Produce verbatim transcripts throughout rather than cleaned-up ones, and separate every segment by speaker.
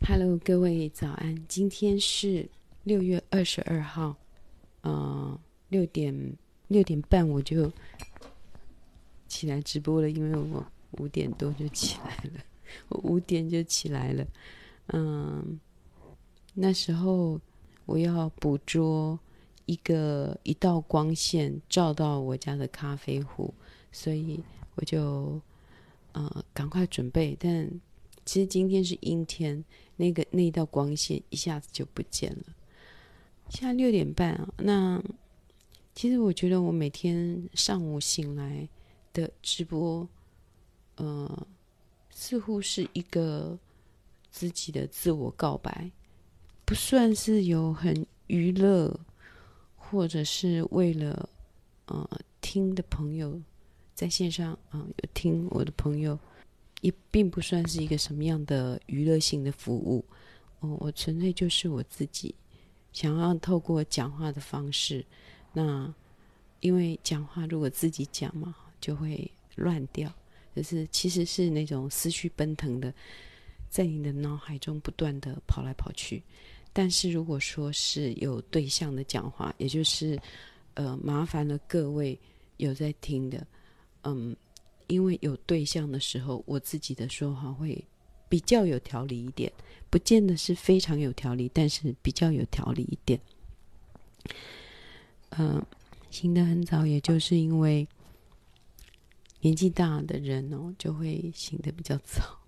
Speaker 1: Hello，各位早安。今天是六月二十二号，呃，六点六点半我就起来直播了，因为我五点多就起来了，我五点就起来了。嗯，那时候我要捕捉一个一道光线照到我家的咖啡壶，所以我就呃赶快准备，但其实今天是阴天，那个那一道光线一下子就不见了。现在六点半啊，那其实我觉得我每天上午醒来的直播，呃，似乎是一个自己的自我告白，不算是有很娱乐，或者是为了呃听的朋友在线上啊、呃、有听我的朋友。也并不算是一个什么样的娱乐性的服务，哦，我纯粹就是我自己想要透过讲话的方式，那因为讲话如果自己讲嘛，就会乱掉，就是其实是那种思绪奔腾的，在你的脑海中不断的跑来跑去。但是如果说是有对象的讲话，也就是呃麻烦了各位有在听的，嗯。因为有对象的时候，我自己的说话会比较有条理一点，不见得是非常有条理，但是比较有条理一点。嗯、呃，醒得很早，也就是因为年纪大的人哦，就会醒得比较早。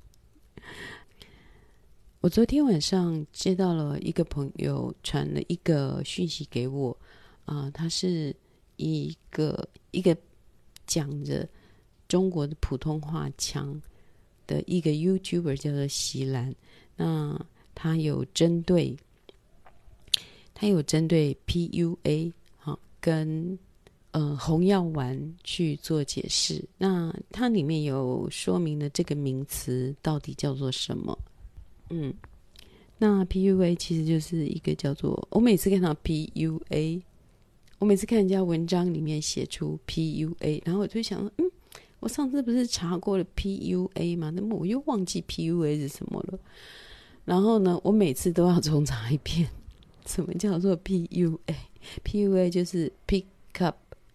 Speaker 1: 我昨天晚上接到了一个朋友传了一个讯息给我，啊、呃，他是一个一个讲着中国的普通话腔的一个 YouTuber 叫做席兰，那他有针对他有针对 P U A 好跟呃红药丸去做解释，那它里面有说明了这个名词到底叫做什么。嗯，那 P U A 其实就是一个叫做，我每次看到 P U A， 我每次看人家文章里面写出 P U A， 然后我就想说，嗯。我上次不是查过了 P U A 吗？那么我又忘记 P U A 是什么了。然后呢，我每次都要重查一遍，什么叫做 P U A？P U A 就是 Pick Up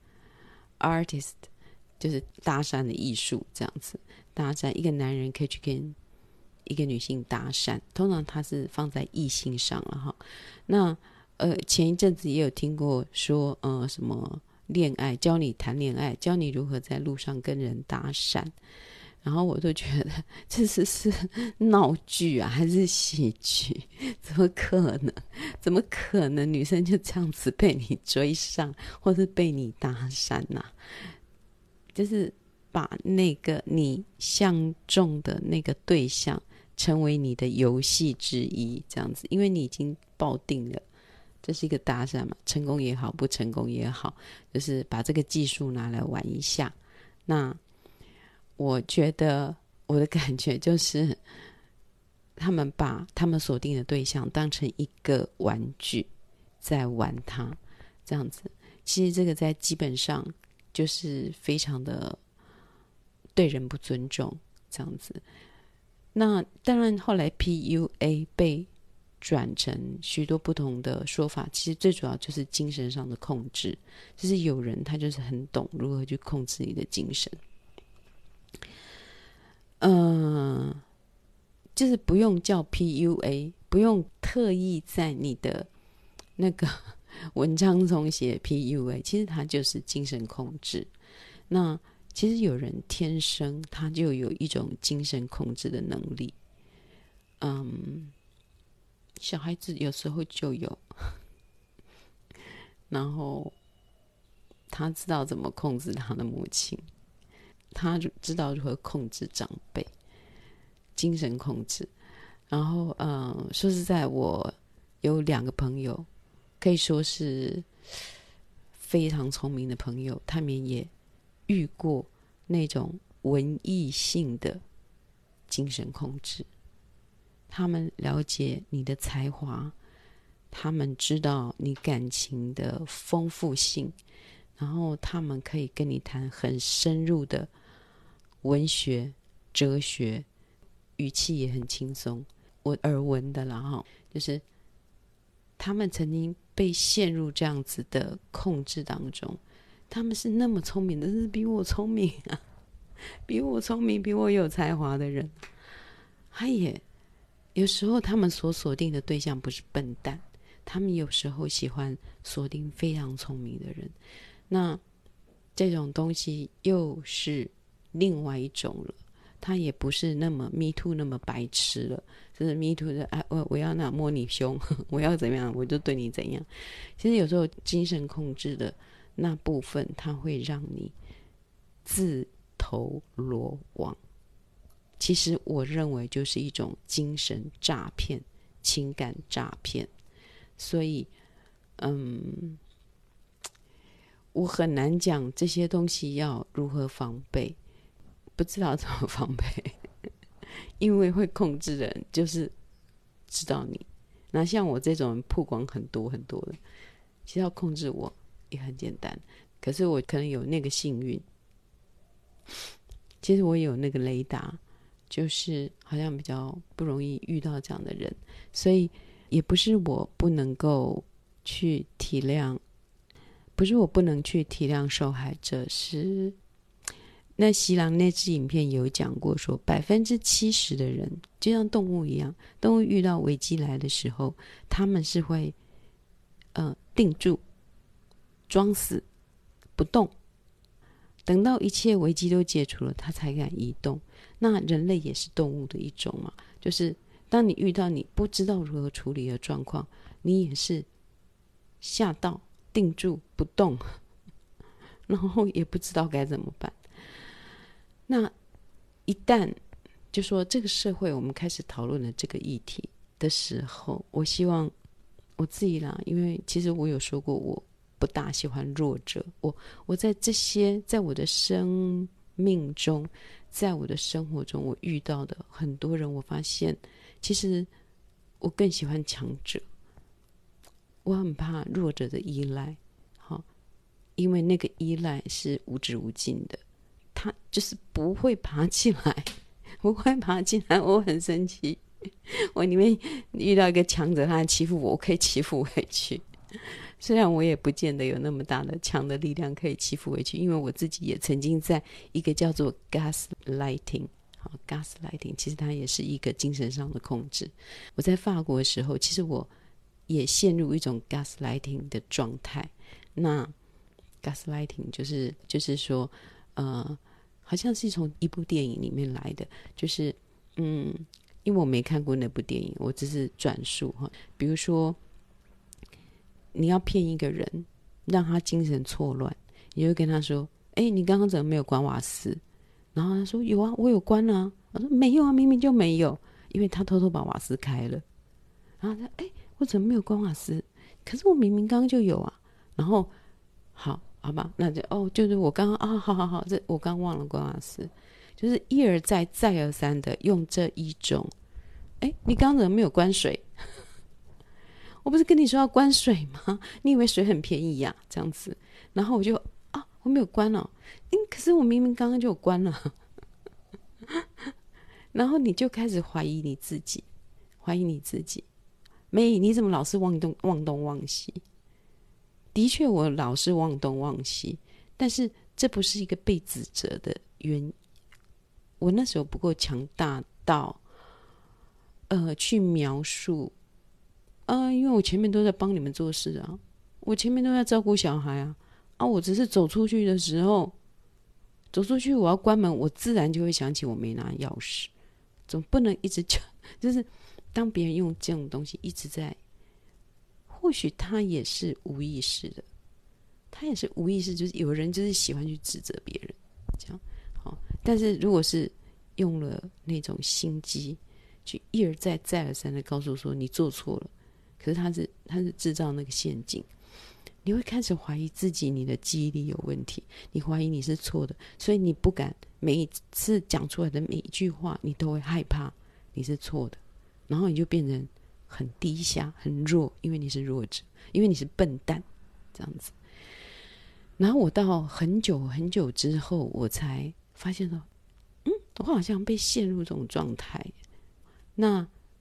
Speaker 1: Artist， 就是搭讪的艺术，这样子。搭讪一个男人可以去跟一个女性搭讪，通常他是放在异性上了哈。那呃，前一阵子也有听过说，呃，什么？恋爱，教你谈恋爱，教你如何在路上跟人搭讪，然后我都觉得这是是闹剧啊，还是喜剧？怎么可能？怎么可能女生就这样子被你追上，或是被你搭讪啊？就是把那个你相中的那个对象成为你的游戏之一，这样子，因为你已经抱定了。这是一个搭讪嘛，成功也好，不成功也好，就是把这个技术拿来玩一下。那我觉得我的感觉就是，他们把他们锁定的对象当成一个玩具，在玩它，这样子。其实这个在基本上就是非常的对人不尊重，这样子。那当然，后来 P U A 被转成许多不同的说法，其实最主要就是精神上的控制，就是有人他就是很懂如何去控制你的精神，嗯、呃，就是不用叫 P U A， 不用特意在你的那个文章中写 P U A， 其实它就是精神控制。那其实有人天生他就有一种精神控制的能力，嗯。小孩子有时候就有，然后他知道怎么控制他的母亲，他知道如何控制长辈，精神控制。然后，嗯，说实在，我有两个朋友，可以说是非常聪明的朋友，他们也遇过那种文艺性的精神控制。他们了解你的才华，他们知道你感情的丰富性，然后他们可以跟你谈很深入的文学、哲学，语气也很轻松。 我耳闻的啦哈，就是他们曾经被陷入这样子的控制当中，他们是那么聪明的，是比我聪明啊，比我聪明，比我有才华的人，他也有时候他们所锁定的对象不是笨蛋，他们有时候喜欢锁定非常聪明的人，那这种东西又是另外一种了，他也不是那么 me too 那么白痴了，就是 me too 的、啊、我, 我要那摸你胸，我要怎么样我就对你怎样。其实有时候精神控制的那部分，它会让你自投罗网。其实我认为就是一种精神诈骗、情感诈骗。所以嗯，我很难讲这些东西要如何防备，不知道怎么防备因为会控制的人就是知道你，那像我这种人曝光很多很多的，其实要控制我也很简单，可是我可能有那个幸运，其实我有那个雷达，就是好像比较不容易遇到这样的人，所以也不是我不能够去体谅，不是我不能去体谅受害者，是那西郎那支影片有讲过说，百分之七十的人就像动物一样，动物遇到危机来的时候，他们是会呃定住，装死不动，等到一切危机都解除了，他才敢移动。那人类也是动物的一种嘛，就是当你遇到你不知道如何处理的状况，你也是吓到定住不动，然后也不知道该怎么办。那一旦就说这个社会我们开始讨论了这个议题的时候，我希望我自己啦，因为其实我有说过我不大喜欢弱者，我我在这些在我的生命中，在我的生活中，我遇到的很多人，我发现其实我更喜欢强者，我很怕弱者的依赖，好，因为那个依赖是无止无尽的，他就是不会爬起来，不会爬起来，我很生气。我里面遇到一个强者，他欺负我，我可以欺负回去。虽然我也不见得有那么大的强的力量可以欺负回去，因为我自己也曾经在一个叫做 gaslighting， 好 gaslighting 其实它也是一个精神上的控制。我在法国的时候，其实我也陷入一种 gaslighting 的状态。那 gaslighting 就是就是说呃，好像是从一部电影里面来的，就是嗯，因为我没看过那部电影，我只是转述哈。比如说你要骗一个人让他精神错乱，你就跟他说哎、欸，你刚刚怎么没有关瓦斯？然后他说有啊，我有关啊。我说没有啊，明明就没有，因为他偷偷把瓦斯开了。然后他哎、欸，我怎么没有关瓦斯？可是我明明刚刚就有啊。然后好好吧，那就哦，就是我刚刚啊，好好好，这我刚忘了关瓦斯，就是一而再再而三的用这一种哎，你刚刚怎么没有关水？我不是跟你说要关水吗？你以为水很便宜呀、啊？这样子，然后我就啊，我没有关哦，嗯，可是我明明刚刚就有关了，然后你就开始怀疑你自己，怀疑你自己，妹，你怎么老是忘东忘东忘西？的确，我老是忘东忘西，但是这不是一个被指责的原因。我那时候不够强大到，呃，去描述。啊，因为我前面都在帮你们做事啊，我前面都在照顾小孩啊，啊，我只是走出去的时候，走出去我要关门，我自然就会想起我没拿钥匙，总不能一直讲，就是当别人用这种东西一直在，或许他也是无意识的，他也是无意识，就是有人就是喜欢去指责别人，这样好，但是如果是用了那种心机，去一而再再而三的告诉说你做错了。可是他是他是制造那个陷阱，你会开始怀疑自己，你的记忆力有问题，你怀疑你是错的，所以你不敢每一次讲出来的每一句话，你都会害怕你是错的，然后你就变成很低下、很弱，因为你是弱者，因为你是笨蛋，这样子。然后我到很久很久之后，我才发现说，嗯，我好像被陷入这种状态。那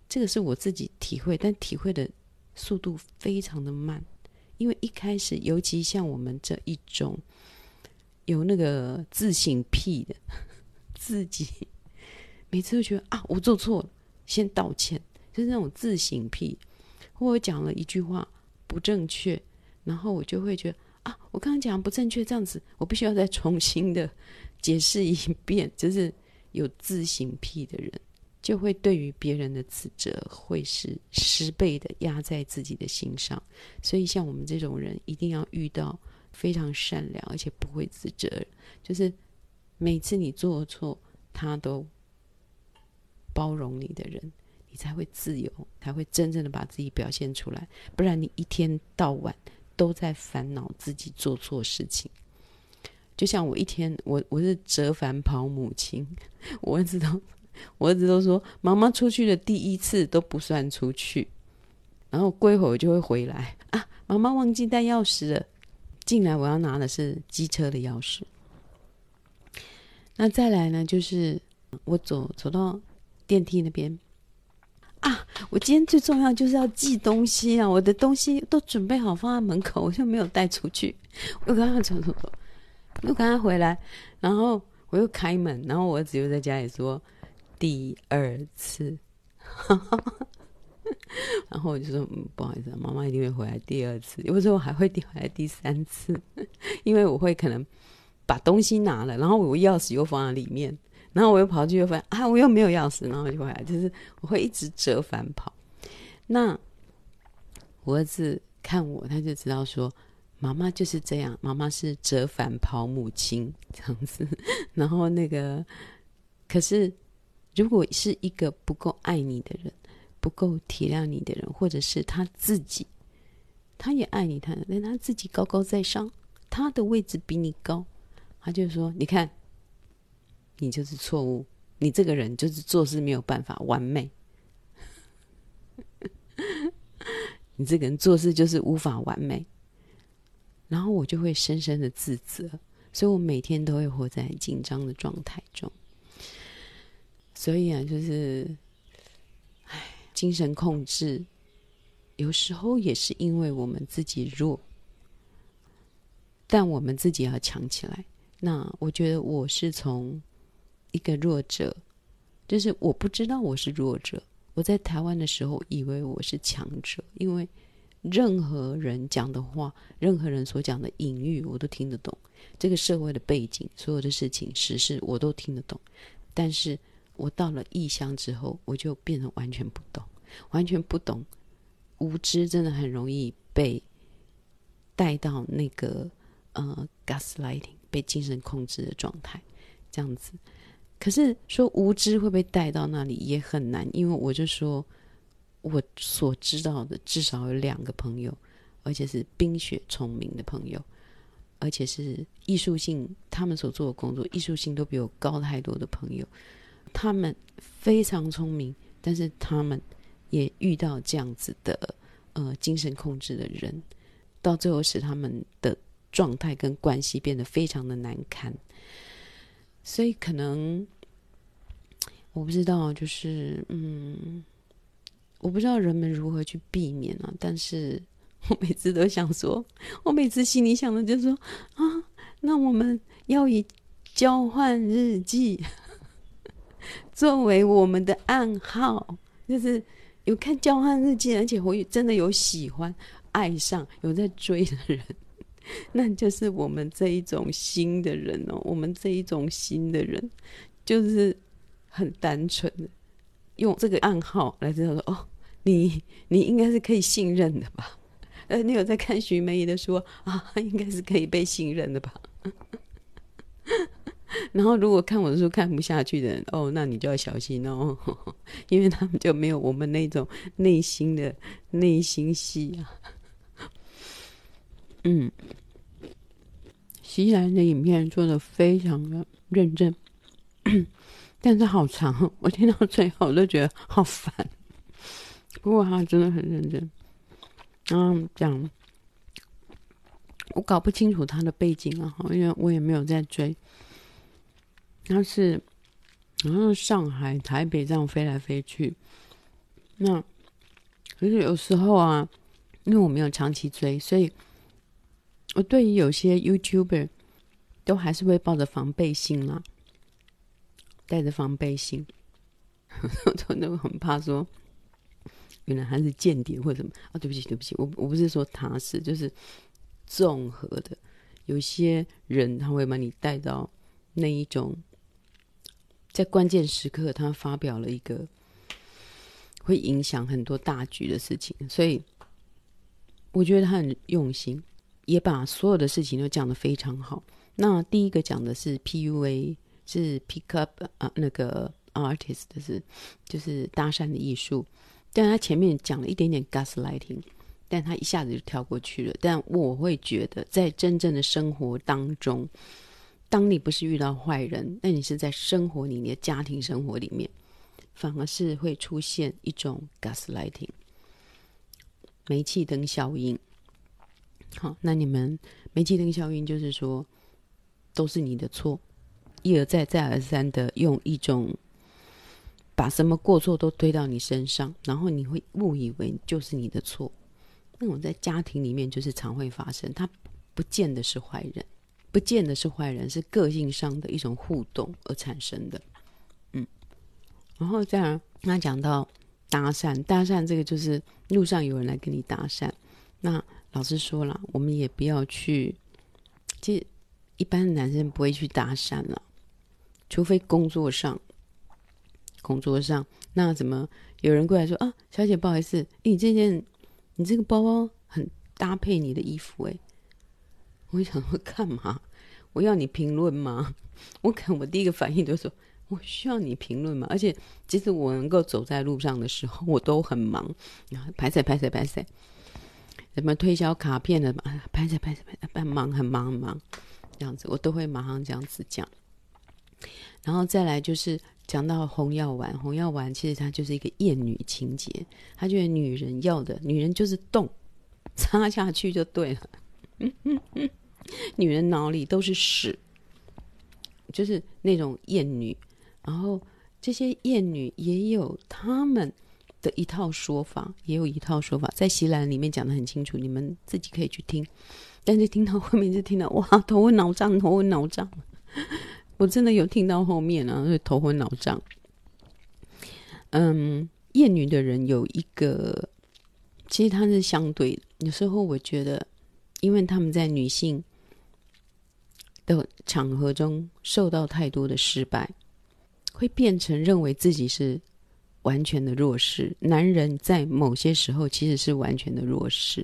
Speaker 1: 这个是我自己体会，但体会的速度非常的慢。因为一开始，尤其像我们这一种有那个自省癖的，自己每次都觉得啊，我做错了，先道歉，就是那种自省癖。或我讲了一句话不正确，然后我就会觉得啊，我刚刚讲不正确，这样子我必须要再重新的解释一遍。就是有自省癖的人，就会对于别人的指责会是十倍的压在自己的心上。所以像我们这种人一定要遇到非常善良而且不会指责，就是每次你做错他都包容你的人，你才会自由，才会真正的把自己表现出来。不然你一天到晚都在烦恼自己做错事情。就像我一天，我我是折返跑母亲，我儿子都我儿子都说，妈妈出去的第一次都不算出去，然后过一会儿我就会回来啊，妈妈忘记带钥匙了，进来我要拿的是机车的钥匙。那再来呢，就是我走走到电梯那边啊，我今天最重要就是要寄东西啊，我的东西都准备好放在门口，我就没有带出去。我刚刚走走走，我刚刚回来，然后我又开门，然后我儿子又在家里说第二次然后我就说、嗯、不好意思，妈妈一定会回来第二次，有时候还会回来第三次因为我会可能把东西拿了，然后我钥匙又放在里面，然后我又跑去又发现啊，我又没有钥匙，然后就回来，就是我会一直折返跑。那我儿子看我，他就知道说妈妈就是这样，妈妈是折返跑母亲这样子。然后那个，可是如果是一个不够爱你的人，不够体谅你的人，或者是他自己，他也爱你，他但他自己高高在上，他的位置比你高，他就说你看你就是错误，你这个人就是做事没有办法完美你这个人做事就是无法完美，然后我就会深深的自责，所以我每天都会活在紧张的状态中。所以啊，就是唉，精神控制有时候也是因为我们自己弱，但我们自己要强起来。那我觉得我是从一个弱者，就是我不知道我是弱者，我在台湾的时候以为我是强者，因为任何人讲的话，任何人所讲的隐喻我都听得懂，这个社会的背景，所有的事情时事我都听得懂。但是我到了异乡之后，我就变成完全不懂，完全不懂。无知真的很容易被带到那个呃 gaslighting， 被精神控制的状态这样子。可是说无知会被带到那里也很难，因为我就说我所知道的至少有两个朋友，而且是冰雪聪明的朋友，而且是艺术性，他们所做的工作艺术性都比我高太多的朋友，他们非常聪明，但是他们也遇到这样子的呃精神控制的人，到最后使他们的状态跟关系变得非常的难堪。所以可能我不知道，就是嗯，我不知道人们如何去避免啊。但是我每次都想说，我每次心里想的就是说啊，那我们要以交换日记作为我们的暗号，就是有看交换日记，而且我真的有喜欢、爱上、有在追的人，那就是我们这一种新的人哦。我们这一种新的人，就是很单纯的用这个暗号来知道说，哦，你你应该是可以信任的吧？呃，你有在看徐梅姨的书啊，应该是可以被信任的吧？然后如果看我的书看不下去的人，哦，那你就要小心哦，因为他们就没有我们那种内心的内心戏啊。嗯，席兰的影片做得非常的认真，但是好长，我听到最后我都觉得好烦。不过他真的很认真，嗯，讲我搞不清楚他的背景啊，因为我也没有在追。他是好像上海、台北这样飞来飞去， 那可是有时候啊，因为我没有长期追，所以我对于有些 YouTuber 都还是会抱着防备心啦，带着防备心，我都很怕说，原来他是间谍或者什么啊？对不起，对不起，我我不是说他是，就是综合的，有些人他会把你带到那一种，在关键时刻他发表了一个会影响很多大局的事情，所以我觉得他很用心，也把所有的事情都讲得非常好。那第一个讲的是 P U A， 是 Pick Up 啊，那个 Artist 是就是搭讪的艺术，但他前面讲了一点点 Gaslighting， 但他一下子就跳过去了。但我会觉得在真正的生活当中，当你不是遇到坏人，那你是在生活里面，家庭生活里面，反而是会出现一种 Gaslighting， 煤气灯效应。好，那你们煤气灯效应就是说都是你的错，一而再再而三的用一种把什么过错都推到你身上，然后你会误以为就是你的错。那种在家庭里面就是常会发生，他不见得是坏人，不见得是坏人，是个性上的一种互动而产生的。嗯，然后再来他讲到搭讪，搭讪这个就是路上有人来跟你搭讪，那老实说啦，我们也不要去，其实一般的男生不会去搭讪啦，除非工作上工作上那怎么有人过来说啊，小姐不好意思，你这件你这个包包很搭配你的衣服耶，我想说干嘛？我要你评论吗？我可能我第一个反应就是说，我需要你评论吗？而且其实我能够走在路上的时候，我都很忙，拍摄拍摄拍摄，什么推销卡片的，拍摄拍摄拍摄，忙很忙很忙，这样子我都会马上这样子讲。然后再来就是讲到红药丸，红药丸其实它就是一个厌女情节，他觉得女人要的，女人就是动，插下去就对了。女人脑里都是屎，就是那种厌女。然后这些厌女也有他们的一套说法，也有一套说法，在席兰里面讲得很清楚，你们自己可以去听。但是听到后面就听到哇，头昏脑胀，头昏脑胀。我真的有听到后面啊，所以头昏脑胀。嗯，厌女的人有一个，其实它是相对的。有时候我觉得，因为他们在女性的场合中受到太多的失败，会变成认为自己是完全的弱势。男人在某些时候其实是完全的弱势。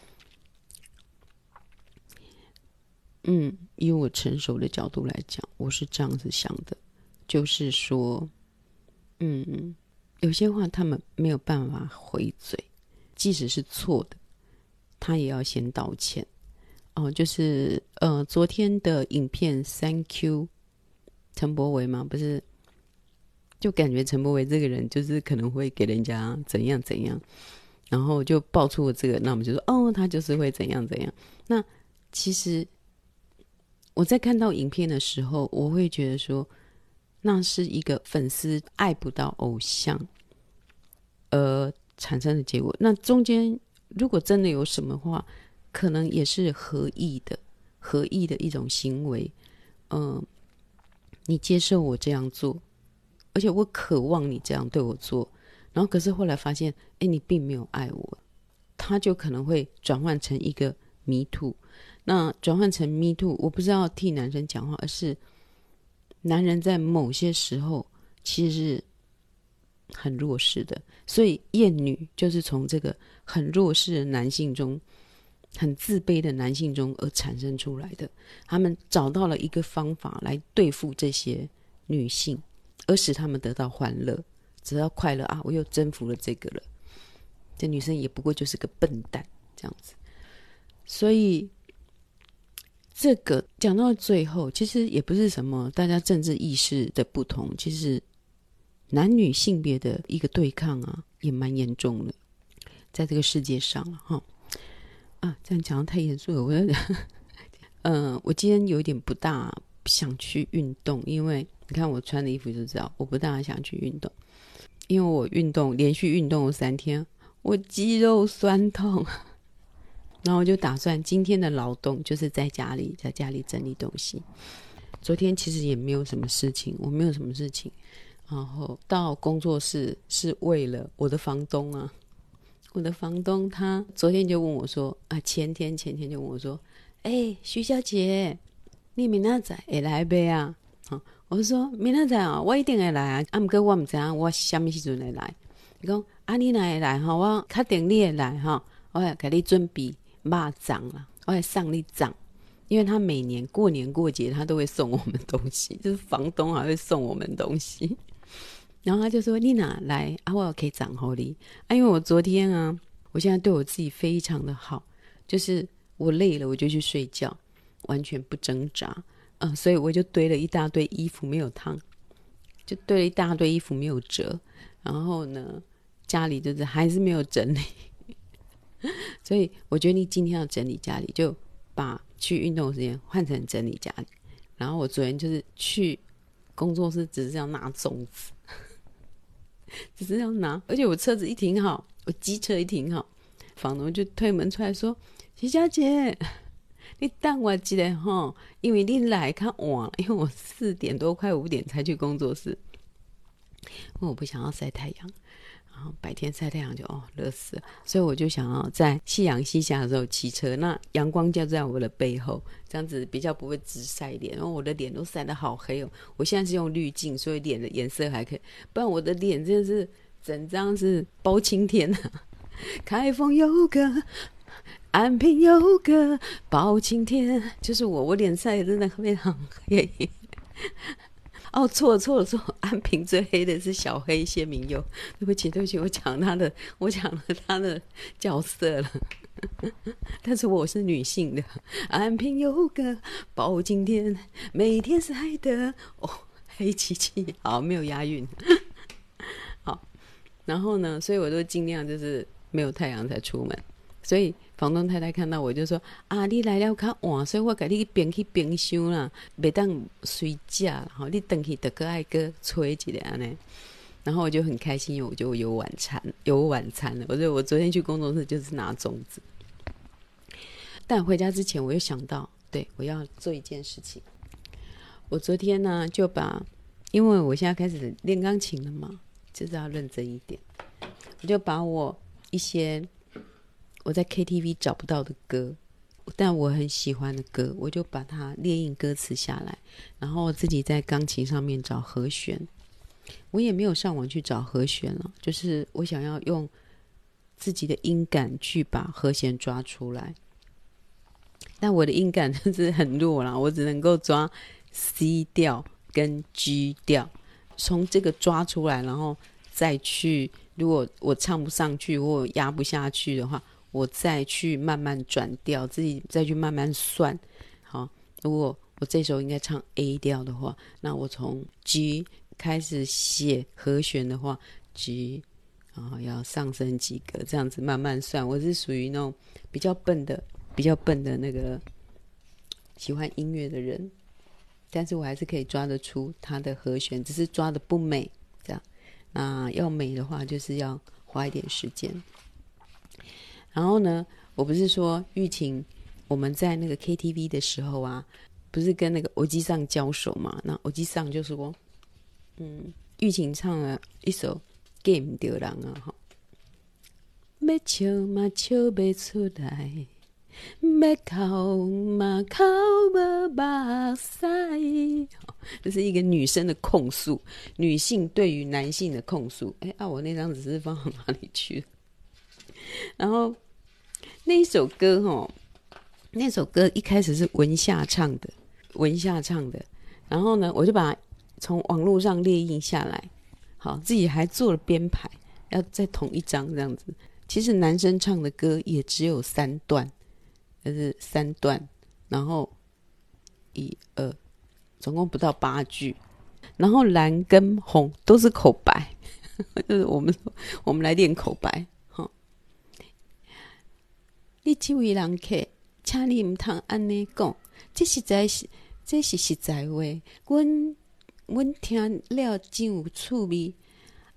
Speaker 1: 嗯，以我成熟的角度来讲，我是这样子想的，就是说，嗯，有些话他们没有办法回嘴，即使是错的，他也要先道歉。哦，就是呃，昨天的影片 Thank you 陈柏惟嘛，不是，就感觉陈柏惟这个人就是可能会给人家怎样怎样，然后就爆出了这个，那我们就说哦，他就是会怎样怎样。那其实我在看到影片的时候，我会觉得说，那是一个粉丝爱不到偶像而产生的结果。那中间如果真的有什么话，可能也是合意的，合意的一种行为。嗯、呃，你接受我这样做，而且我渴望你这样对我做，然后可是后来发现，哎，你并没有爱我，他就可能会转换成一个 me too。那转换成 me too， 我不是要替男生讲话，而是男人在某些时候其实是很弱势的，所以厌女就是从这个很弱势的男性中，很自卑的男性中而产生出来的。他们找到了一个方法来对付这些女性，而使他们得到欢乐，得到快乐啊！我又征服了这个了，这女生也不过就是个笨蛋这样子。所以这个讲到最后，其实也不是什么大家政治意识的不同，其实男女性别的一个对抗啊，也蛮严重的，在这个世界上哈。啊，这样讲得太严肃了，我呃，我今天有一点不大想去运动，因为你看我穿的衣服就知道，我不大想去运动， 因为我运动连续运动了三天，我肌肉酸痛，然后我就打算今天的劳动就是在家里在家里整理东西。昨天其实也没有什么事情，我没有什么事情，然后到工作室是为了我的房东啊，我的房东他昨天就问我说啊，前天前天就问我说，哎、欸，徐小姐，你明仔载会来不啊？我说明仔载啊，我一定会来啊，啊，不过我不知道我什么时阵会来。他说啊，你若会来哈，我确定你会来哈，我会给你准备肉粽啦，我会送你粽，因为他每年过年过节他都会送我们东西，就是房东还会送我们东西。然后他就说你哪来啊，我可以粽给你啊，因为我昨天啊，我现在对我自己非常的好，就是我累了我就去睡觉，完全不挣扎。嗯，所以我就堆了一大堆衣服没有烫，就堆了一大堆衣服没有折，然后呢家里就是还是没有整理所以我决定今天要整理家里，就把去运动的时间换成整理家里。然后我昨天就是去工作室只是要拿粽子只是要拿，而且我车子一停好，我机车一停好，房东就推门出来说，徐小姐你等我一下吼，因为你来较晚，因为我四点多快五点才去工作室，因为我不想要晒太阳，然后白天晒太阳就哦热死了，所以我就想要在夕阳西下的时候骑车，那阳光就在我的背后，这样子比较不会直晒脸，然后我的脸都晒得好黑哦。我现在是用滤镜，所以脸的颜色还可以，不然我的脸真的是整张是包青天啊。开封有个安平有个包青天，就是我，我脸晒真的非常黑。哦，错了错了错了，安平最黑的是小黑谢明佑，对不起对不起，我讲他的，我讲了他的角色了。但是我是女性的。安平有个包青天，每天晒的哦黑漆漆，好没有押韵。好，然后呢，所以我都尽量就是没有太阳才出门，所以房东太太看到我就说啊，你来了较晚，所以我给你冰去冰箱啦，不当睡觉啦，你回去就搁爱搁吹一下这样。然后我就很开心，因为我就有晚餐有晚餐了。我觉得我昨天去工作室就是拿粽子，但回家之前我又想到，对，我要做一件事情。我昨天呢就把，因为我现在开始练钢琴了嘛，就是要认真一点，我就把我一些我在 K T V 找不到的歌，但我很喜欢的歌，我就把它列印歌词下来，然后自己在钢琴上面找和弦。我也没有上网去找和弦了，就是我想要用自己的音感去把和弦抓出来，但我的音感就是很弱啦，我只能够抓 C 调跟 G 调，从这个抓出来，然后再去，如果我唱不上去或压不下去的话，我再去慢慢转调，自己再去慢慢算。好，如果我这首应该唱 A 调的话，那我从 G 开始写和弦的话 G， 然后要上升几个，这样子慢慢算。我是属于那种比较笨的比较笨的那个喜欢音乐的人，但是我还是可以抓得出它的和弦，只是抓得不美这样。那要美的话就是要花一点时间。然后呢，我不是说玉琴我们在那个 K T V 的时候啊，不是跟那个欧吉桑交手嘛，那欧吉桑就说嗯，玉琴唱了一首 Game 丢人啊，要笑嘛笑不出来，要哭嘛哭无目屎，这是一个女生的控诉，女性对于男性的控诉。哎啊，我那张纸是放到哪里去了？然后那一首歌哦，那首歌一开始是文夏唱的，文夏唱的，然后呢，我就把它从网络上列印下来，好，自己还做了编排，要再同一张这样子。其实男生唱的歌也只有三段，就是三段，然后一二，总共不到八句，然后蓝跟红都是口白，就是我们我们来练口白。你这位人客，请你唔通安尼讲，这实在是这是实在话，阮阮听了真有趣味。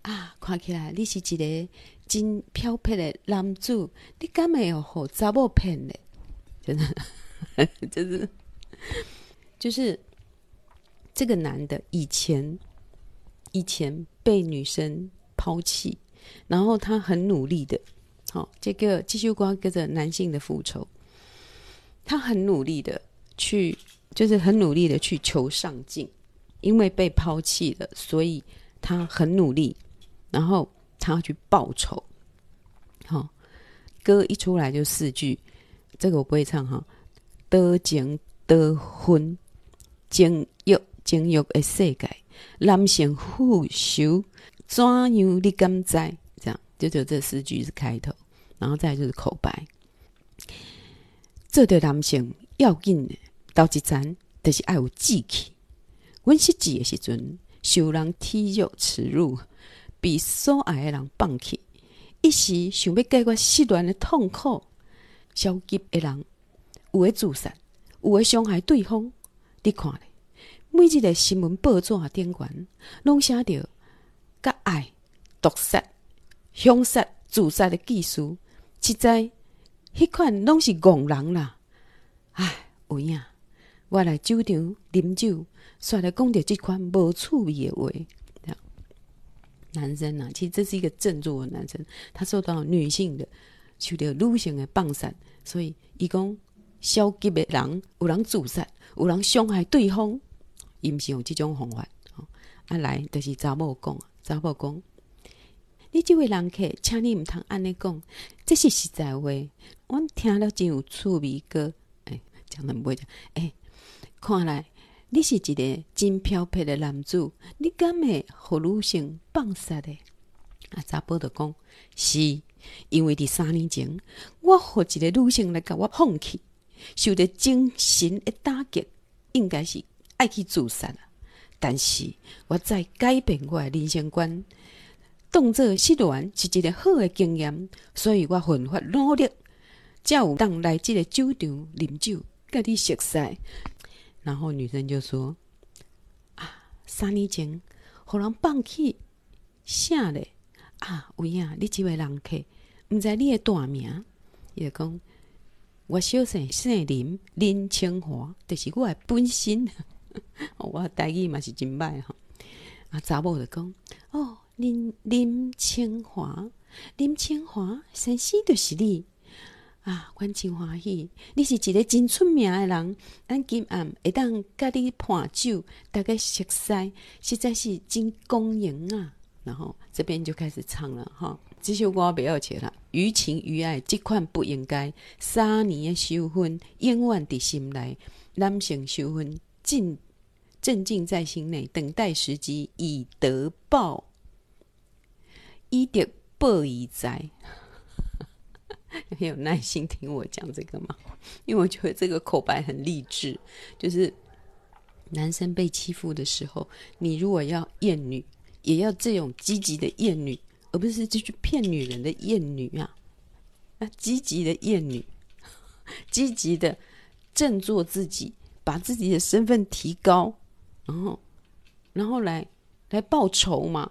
Speaker 1: 啊，看起来你是一个真漂泊的男子，你敢会有互查某骗嘞？就是就是就是这个男的以前以前被女生抛弃，然后他很努力的，好、哦，这个这首歌叫做《男性的复仇》，他很努力的去，就是很努力的去求上进，因为被抛弃了，所以他很努力，然后他要去报仇。好、哦，歌一出来就四句，这个我不会唱哈。多情多恨，情欲情欲的世界，男性复仇怎样你敢知？这样就只有这四句是开头，然后再来就是口白。做着男性要紧的，头一层就是要有志气。阮识字的时阵，受人体辱耻辱，被所爱的人放弃，一时想要解决失恋的痛苦。消极的人有的自杀，有的伤害对方。你看咧，每一个新闻报纸顶悬，拢写着甲爱、毒杀、凶杀、自杀的技术，实在迄款拢是戆人啦。唉，有影，我来酒场啉酒，煞来讲着这款无趣味的话。男生啊，其实这是一个振作的男生，他受到女性的受到女性的放杀，所以伊讲消极的人，有人自杀，有人伤害对方，伊毋是用这种方法。啊来，就是查某讲，查某讲，你这位人客，请你毋通安尼讲，这是实在话，阮听了真有趣味个。哎，讲得不会讲，哎，看来你是一个真漂泊的男子，你敢会互女性放杀的？啊，查甫就讲是，因为伫三年前，我互一个女性来甲我放弃，受到精神的打击，应该是爱去自杀啦。但是我再改变我的人生观，当作失恋是一个好的经验，所以我奋发努力，才有当来这个酒场啉酒，甲你熟悉。然后女生就说：“啊，三年前，互人放弃，啥嘞？啊，有影，你这位人客，毋知你的大名？”伊就讲：“我小姓姓林，林清华，就是我的本身。我台语嘛是真歹吼。啊，查某就讲：“哦，林林清华，林清华，先生就是你。”啊，阮真欢喜，你是一个真出名的人，咱今暗会当甲你伴酒，大家熟悉，实在是真光荣啊！然后这边就开始唱了哈，这首歌不要切啦，于情于爱，这款不应该，三年的收分，永远伫心内，男性收分，静镇静在心内，等待时机，以德报，以德报以财。很有耐心听我讲这个吗？因为我觉得这个口白很励志，就是男生被欺负的时候，你如果要厌女，也要这种积极的厌女，而不是就去骗女人的厌女啊！啊，积极的厌女，积极的振作自己，把自己的身份提高，然后，然后来来报仇嘛。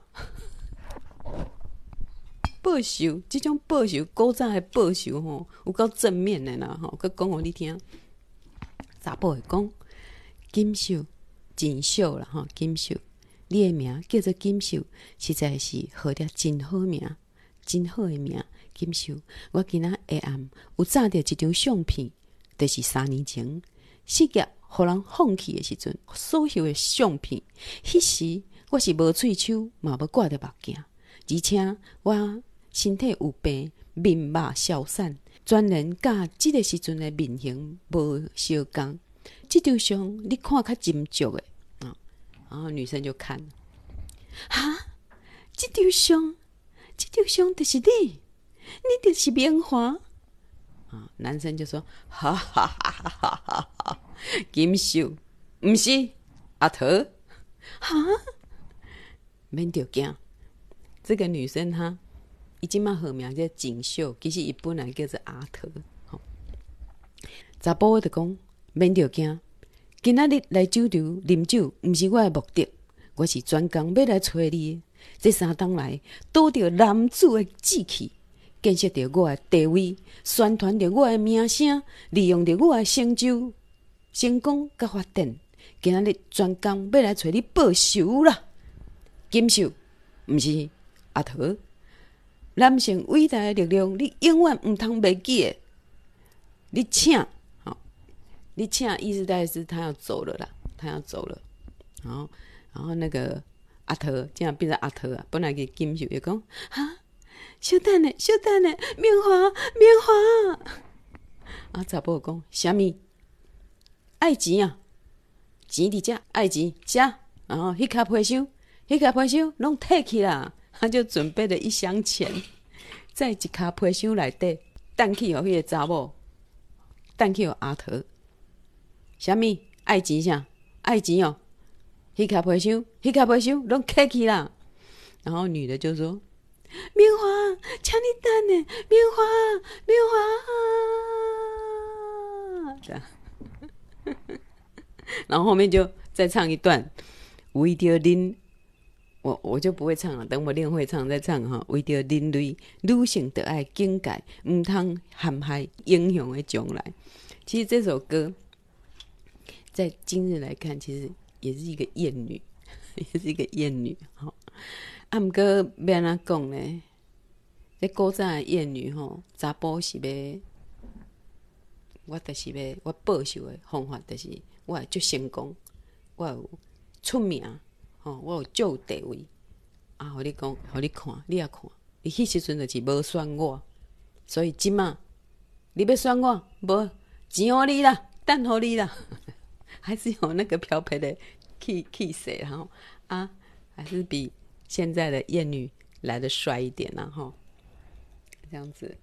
Speaker 1: 报仇，这种报仇，古早的报仇吼，有够正面的啦吼，佮讲互你听。查甫会讲，锦绣，锦绣啦吼，锦绣，你的名叫做锦绣，实在是好了真好名，真好的名，锦绣。我今仔下暗有炸着一张相片，就是三年前事业互人放弃的时阵，所有的相片。迄时我是无喙手，嘛无挂着目镜，而且我身体有病，面目消散，全然甲即个时阵的面型无相共。这张相你看较斟酌的啊，然后女生就看，哈，这张相，这张相就是你，你就是明华啊。男生就说，哈哈哈哈哈哈哈，锦绣，不是阿桃，哈，免着惊，这个女生她。伊即马号名叫锦绣，其实伊本来叫做阿桃。吼，查甫就讲免着惊，今仔日来酒场啉酒，毋是我的目的，我是专工要来找你。 这三冬来拄着男子的志气，建设着我的地位，宣传着我的名声，利用着我的成就、成功甲发展。今仔日专工要来找你报仇啦！锦绣，毋是阿桃，男性伟大的力量，你永远毋通袂记的。你请，好，你请，意思大概是他要走了啦，他要走了。然后，然后那个阿桃，这样变成阿桃啊，本来给锦绣也讲哈，小等咧，小等咧，棉花，棉花。啊，查甫讲啥物？爱钱啊！钱伫遮，爱钱遮，然后迄卡皮箱，迄卡皮箱拢摕去啦，他就准备了一箱钱，在一卡皮箱内底，等去互迄个查某，等去互阿桃。啥物？爱钱啥？爱钱哦，迄卡皮箱，迄卡皮箱拢摕去啦。然后女的就说：“棉花，请你等呢，棉花，棉花。”这样。然后后面就再唱一段，为着恁，我我就不会唱了，等我练会唱再唱哈。为着人类女性的爱境界，唔通陷害英雄的将来。其实这首歌在今日来看，其实也是一个艳女，也是一个艳女哈。啊，不过要安怎讲呢？这古早的艳女吼，查甫是要，我就是要我报仇的方法，就是我足成功，我有出名，吼，我有足有地位，啊，互你讲，互你看，你也看，你迄时阵就是无选我，所以即马你要选我，无钱互你啦，等互你啦，还是有那个飘飘的气气势，然后啊，还是比现在的艳女来的帅一点啦，吼，这样子。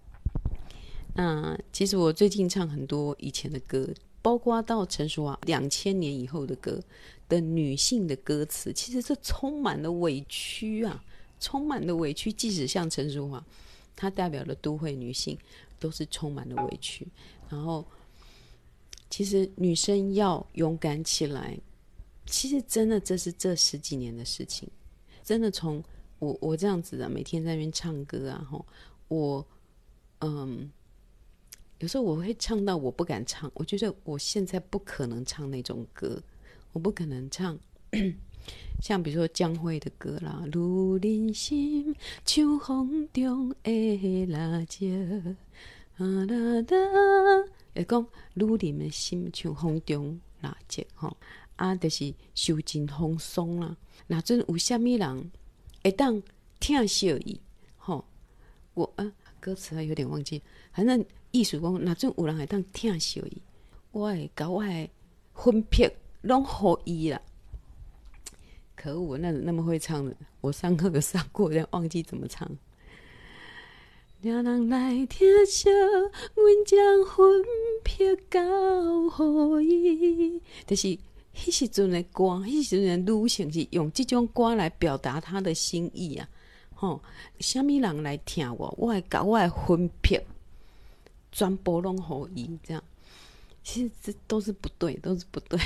Speaker 1: 那其实我最近唱很多以前的歌，包括到陈淑桦两千年以后的歌的女性的歌词，其实这充满了委屈啊，充满了委屈。即使像陈淑桦，她代表的都会女性，都是充满了委屈。然后，其实女生要勇敢起来，其实真的这是这十几年的事情。真的从我我这样子啊，每天在那边唱歌啊，吼，我嗯。有时候我会唱到我不敢唱，我觉得我现在不可能唱那种歌，我不可能唱像比如说江蕙的歌啦，如人心像风中的蜡烛，啊啦啦，会讲如人的心像风中蜡烛吼，啊，就是受尽风霜啦。若阵有啥物人会当听惜伊吼，我啊歌词还有点忘记，反正。意思讲，若阵有人会当听惜伊，我会甲我的魂魄拢互伊啦。可恶，那那么会唱的，我上课有上过，但忘记怎么唱。让人来听惜，阮将魂魄交互伊。就是迄时阵的歌，迄时阵的女性是用这种歌来表达她的心意啊。吼，啥物人来听我，我会甲我的魂魄。全部拢互伊这样，其实这都是不对，都是不对。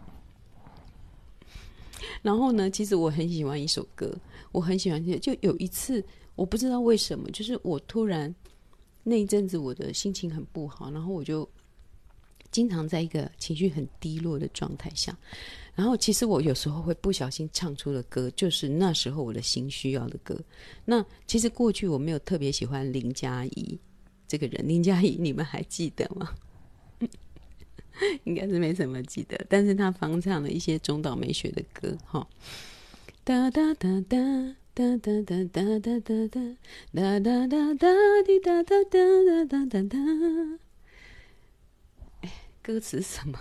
Speaker 1: 然后呢，其实我很喜欢一首歌，我很喜欢，就有一次我不知道为什么，就是我突然那一阵子我的心情很不好，然后我就经常在一个情绪很低落的状态下，然后其实我有时候会不小心唱出的歌，就是那时候我的心需要的歌。那其实过去我没有特别喜欢林嘉怡。这个人林嘉怡，你们还记得吗？应该是没什么记得，但是他翻唱了一些中岛美雪的歌，哈，哒哒哒哒哒哒哒哒哒哒哒哒哒哒哒滴哒哒哒哒哒哒哒，哎，歌词是什么？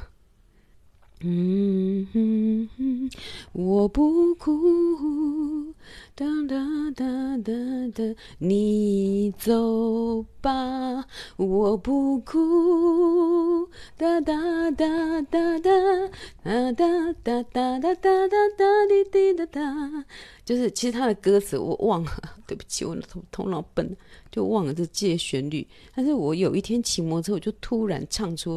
Speaker 1: 嗯哼哼，我不哭，哒哒哒哒哒，你走吧，我不哭，哒哒哒哒哒，哒哒哒哒哒哒哒哒滴滴哒哒，就是其实他的歌词我忘了，对不起，我头头脑笨，就忘了这些旋律。但是我有一天骑摩托车，我就突然唱出了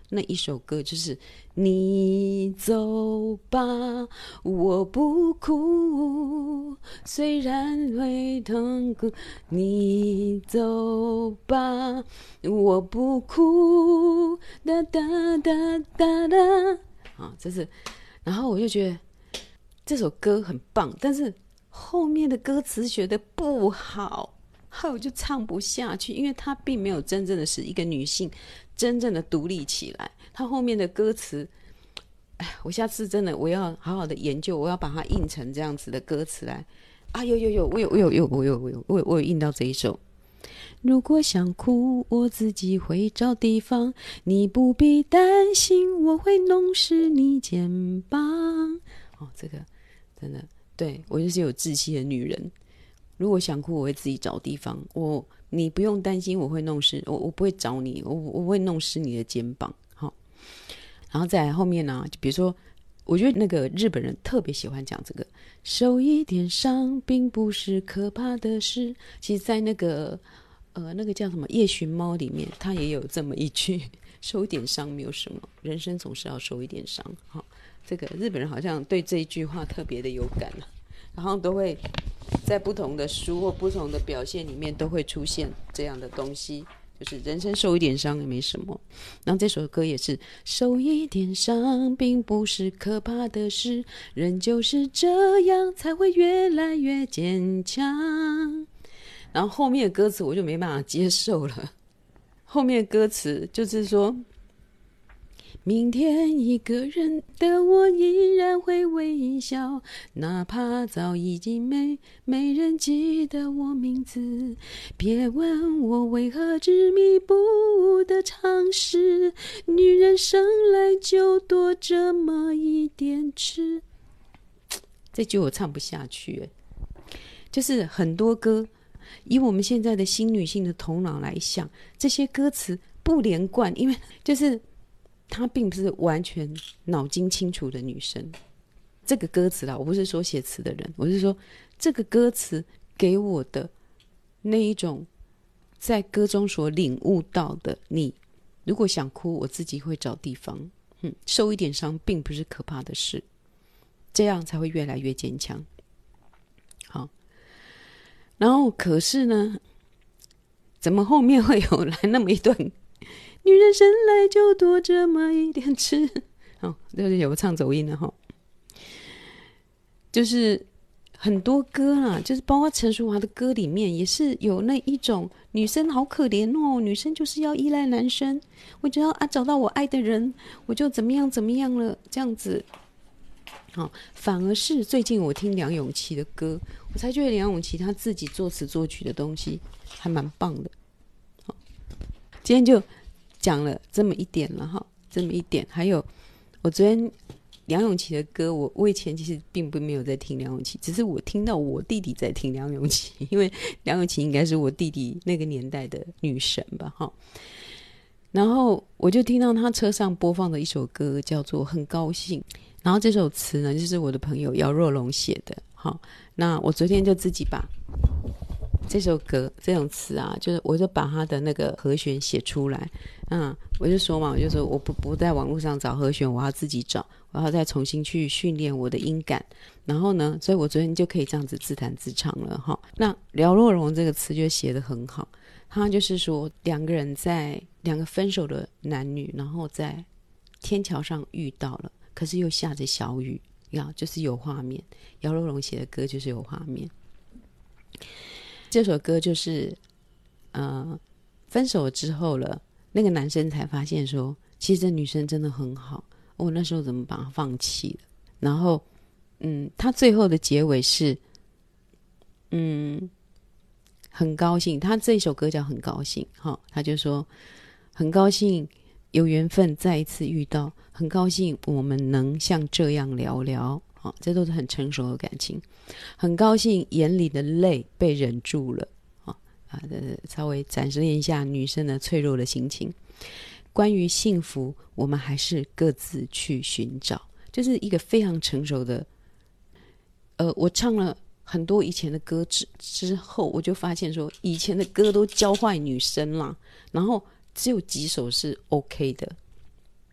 Speaker 1: 那一首歌就是你走吧，我不哭，虽然会痛苦，你走吧，我不哭，哒哒哒哒哒。啊，这是，然后我就觉得这首歌很棒，但是后面的歌词学得不好，后来我就唱不下去，因为它并没有真正的使一个女性真正的独立起来。它后面的歌词，哎，我下次真的我要好好的研究，我要把它印成这样子的歌词来。啊，有有有，我有我有有我有我有我有我有印到这一首。如果想哭，我自己会找地方，你不必担心，我会弄湿你肩膀。哦，这个真的，对，我就是有志气的女人。如果想哭，我会自己找地方。我，你不用担心，我会弄湿，我我不会找你，我我会弄湿你的肩膀。好，然后再来后面呢、啊，就比如说，我觉得那个日本人特别喜欢讲这个，受一点伤并不是可怕的事。其实，在那个呃那个叫什么《夜寻猫》里面，他也有这么一句：受一点伤没有什么，人生总是要受一点伤。好，这个日本人好像对这一句话特别的有感，然后都会在不同的书或不同的表现里面都会出现这样的东西，就是人生受一点伤也没什么。然后这首歌也是受一点伤并不是可怕的事，人就是这样才会越来越坚强。然后后面的歌词我就没办法接受了，后面的歌词就是说，明天一个人的我依然会微笑，哪怕早已经没没人记得我名字，别问我为何执迷不悟的尝试，女人生来就多这么一点痴。这句我唱不下去，就是很多歌以我们现在的新女性的头脑来想，这些歌词不连贯，因为就是她并不是完全脑筋清楚的女生。这个歌词啦，我不是说写词的人，我是说这个歌词给我的那一种在歌中所领悟到的，你如果想哭，我自己会找地方，嗯，受一点伤并不是可怕的事，这样才会越来越坚强。好，然后可是呢，怎么后面会有来那么一段女人生来就多这么一点痴。哦，对对，有唱走音了哈。就是很多歌啊，就是包括陈淑桦的歌里面也是有那一种女生好可怜哦，女生就是要依赖男生，我只要啊找到我爱的人，我就怎么样怎么样了，这样子。好，反而是最近我听梁咏琪的歌，我才觉得梁咏琪她自己作词作曲的东西还蛮棒的。好，今天就讲了这么一点了哈，这么一点。还有我昨天梁咏琪的歌，我我以前其实并不没有在听梁咏琪，只是我听到我弟弟在听梁咏琪，因为梁咏琪应该是我弟弟那个年代的女神吧哈。然后我就听到他车上播放的一首歌叫做《很高兴》，然后这首词呢就是我的朋友姚若龙写的。好，那我昨天就自己把这首歌这种词啊，就是我就把它的那个和弦写出来。嗯，我就说嘛，我就说我不不在网络上找和弦，我要自己找，我要再重新去训练我的音感。然后呢，所以我昨天就可以这样子自弹自唱了哈。那姚若龙这个词就写得很好，他就是说两个人在两个分手的男女，然后在天桥上遇到了，可是又下着小雨，呀，就是有画面。姚若龙写的歌就是有画面。这首歌就是呃，分手之后了，那个男生才发现说，其实这女生真的很好，我、哦、那时候怎么把她放弃了？然后，嗯，他最后的结尾是，嗯，很高兴。他这首歌叫《很高兴》哈、哦，他就说很高兴有缘分再一次遇到，很高兴我们能像这样聊聊。哦，这都是很成熟的感情，很高兴眼里的泪被忍住了。哦啊，稍微展示一下女生的脆弱的心情。关于幸福，我们还是各自去寻找，就是一个非常成熟的。呃，我唱了很多以前的歌之之后，我就发现说，以前的歌都教坏女生啦，然后只有几首是 OK 的。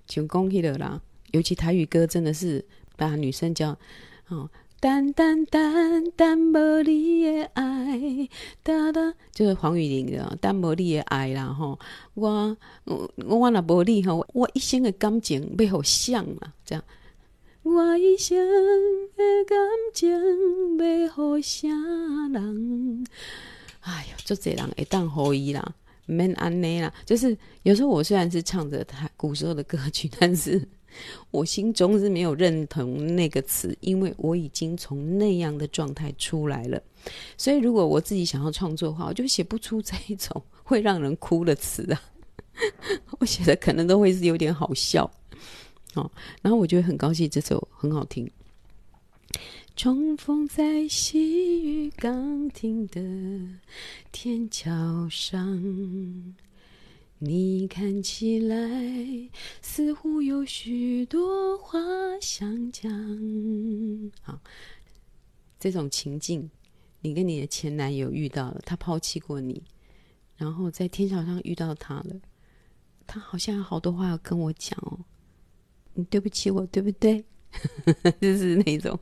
Speaker 1: 像讲迄个啦，尤其台语歌真的是把女生叫哦。淡淡淡淡无你的爱，哒哒，就是黄雨玲的淡无你的爱啦吼。我我我若无你吼，我一生的感情要互谁啦？这样，我一生的感情要互啥人？哎呦，足侪人会当互伊啦，唔免安尼啦。就是有时候我虽然是唱着他古时候的歌曲，但是我心中是没有认同那个词，因为我已经从那样的状态出来了。所以如果我自己想要创作的话，我就写不出这一种会让人哭的词啊。我写的可能都会是有点好笑哦。然后我就会很高兴，这首很好听。重逢在细雨刚停的天桥上，你看起来似乎有许多话想讲。好，这种情境，你跟你的前男友遇到了，他抛弃过你，然后在天桥上遇到他了，他好像有好多话要跟我讲哦。你对不起我，对不对？就是那种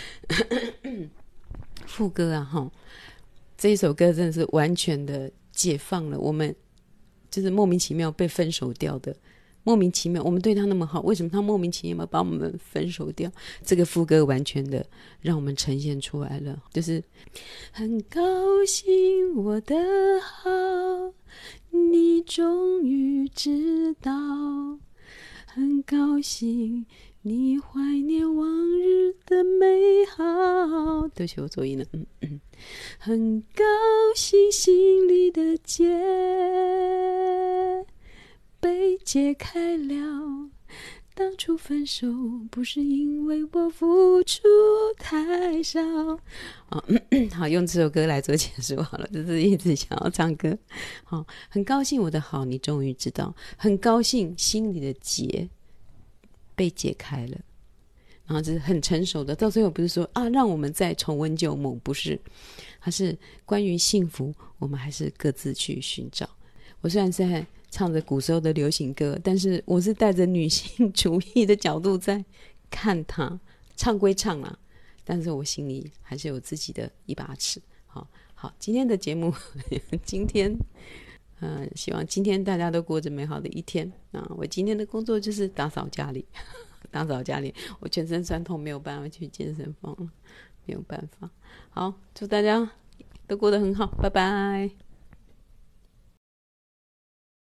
Speaker 1: 副歌啊，齁，这一首歌真的是完全的解放了我们，就是莫名其妙被分手掉的，莫名其妙我们对他那么好，为什么他莫名其妙把我们分手掉？这个副歌完全的让我们呈现出来了，就是很高兴我的好，你终于知道，很高兴你怀念往日的美好。对不起，我走音了。嗯嗯，很高兴心里的结被解开了。当初分手不是因为我付出太少。哦嗯、好，用这首歌来做结束好了，就是一直想要唱歌。好，很高兴我的好你终于知道，很高兴心里的结被解开了。然后这是很成熟的，到最后不是说啊让我们再重温旧梦，不是，它是关于幸福我们还是各自去寻找。我虽然是在唱着古时候的流行歌，但是我是带着女性主义的角度在看它，唱归唱啦，但是我心里还是有自己的一把尺。好好，今天的节目今天呃，希望今天大家都过着美好的一天啊！我今天的工作就是打扫家里，打扫家里，我全身酸痛，没有办法去健身房，没有办法。好，祝大家都过得很好，拜拜。